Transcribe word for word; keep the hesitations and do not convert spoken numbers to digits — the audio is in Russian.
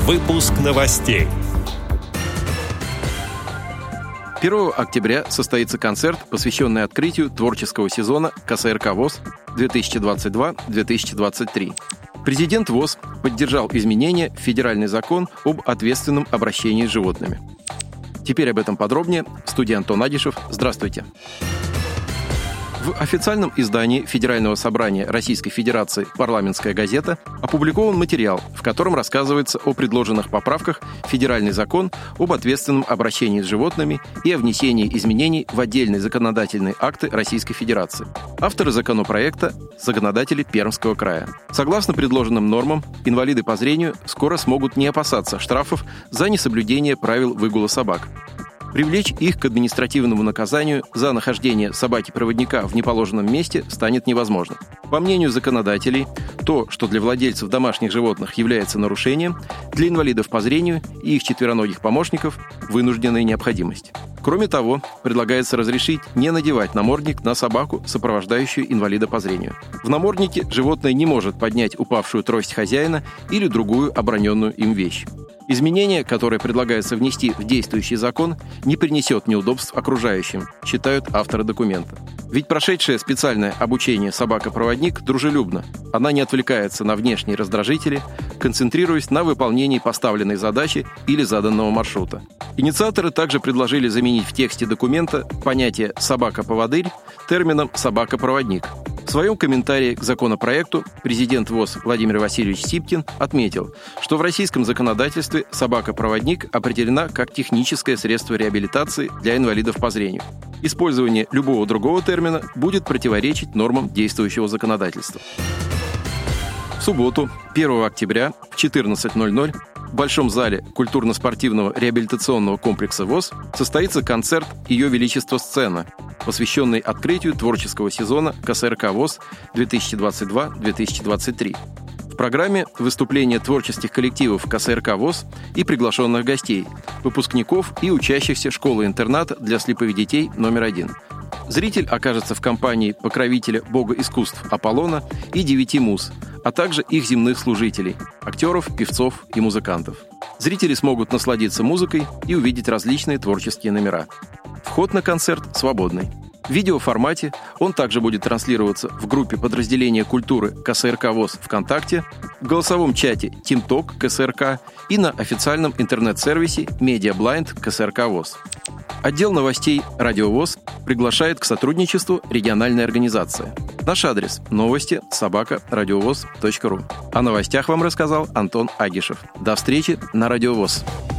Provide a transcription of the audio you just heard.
Выпуск новостей. первого октября состоится концерт, посвященный открытию творческого сезона ка эс эр ка ВОС две тысячи двадцать два — две тысячи двадцать три. Президент ВОС поддержал изменения в федеральный закон об ответственном обращении с животными. Теперь об этом подробнее. В студии Антон Агишев. Здравствуйте. В официальном издании Федерального собрания Российской Федерации «Парламентская газета» опубликован материал, в котором рассказывается о предложенных поправках в Федеральный закон об ответственном обращении с животными и о внесении изменений в отдельные законодательные акты Российской Федерации. Авторы законопроекта – законодатели Пермского края. Согласно предложенным нормам, инвалиды по зрению скоро смогут не опасаться штрафов за несоблюдение правил выгула собак. Привлечь их к административному наказанию за нахождение собаки-проводника в неположенном месте станет невозможно. По мнению законодателей, то, что для владельцев домашних животных является нарушением, для инвалидов по зрению и их четвероногих помощников – вынужденная необходимость. Кроме того, предлагается разрешить не надевать намордник на собаку, сопровождающую инвалида по зрению. В наморднике животное не может поднять упавшую трость хозяина или другую оброненную им вещь. Изменение, которое предлагается внести в действующий закон, не принесет неудобств окружающим, считают авторы документа. Ведь прошедшее специальное обучение собака-проводник дружелюбна. Она не отвлекается на внешние раздражители, концентрируясь на выполнении поставленной задачи или заданного маршрута. Инициаторы также предложили заменить в тексте документа понятие «собака-поводырь» термином «собака-проводник». В своем комментарии к законопроекту президент ВОС Владимир Васильевич Сипкин отметил, что в российском законодательстве собака-проводник определена как техническое средство реабилитации для инвалидов по зрению. Использование любого другого термина будет противоречить нормам действующего законодательства. В субботу, первого октября в четырнадцать ноль ноль в Большом зале культурно-спортивного реабилитационного комплекса ВОС состоится концерт «Ее Величество Сцена», посвященный открытию творческого сезона ка эс эр ка ВОС две тысячи двадцать два — две тысячи двадцать три. В программе выступления творческих коллективов ка эс эр ка ВОС и приглашенных гостей, выпускников и учащихся школы-интерната для слепых детей номер один. Зритель окажется в компании покровителя бога искусств Аполлона и девяти муз, а также их земных служителей – актеров, певцов и музыкантов. Зрители смогут насладиться музыкой и увидеть различные творческие номера. Вход на концерт свободный. В видеоформате он также будет транслироваться в группе подразделения культуры ка эс эр ка ВОС ВКонтакте, в голосовом чате TeamTalk ка эс эр ка и на официальном интернет-сервисе MediaBlind ка эс эр ка ВОС. Отдел новостей «Радио ВОС» приглашает к сотрудничеству региональной организации. Наш адрес – новости собака радиовоз точка ру. О новостях вам рассказал Антон Агишев. До встречи на Радио ВОС.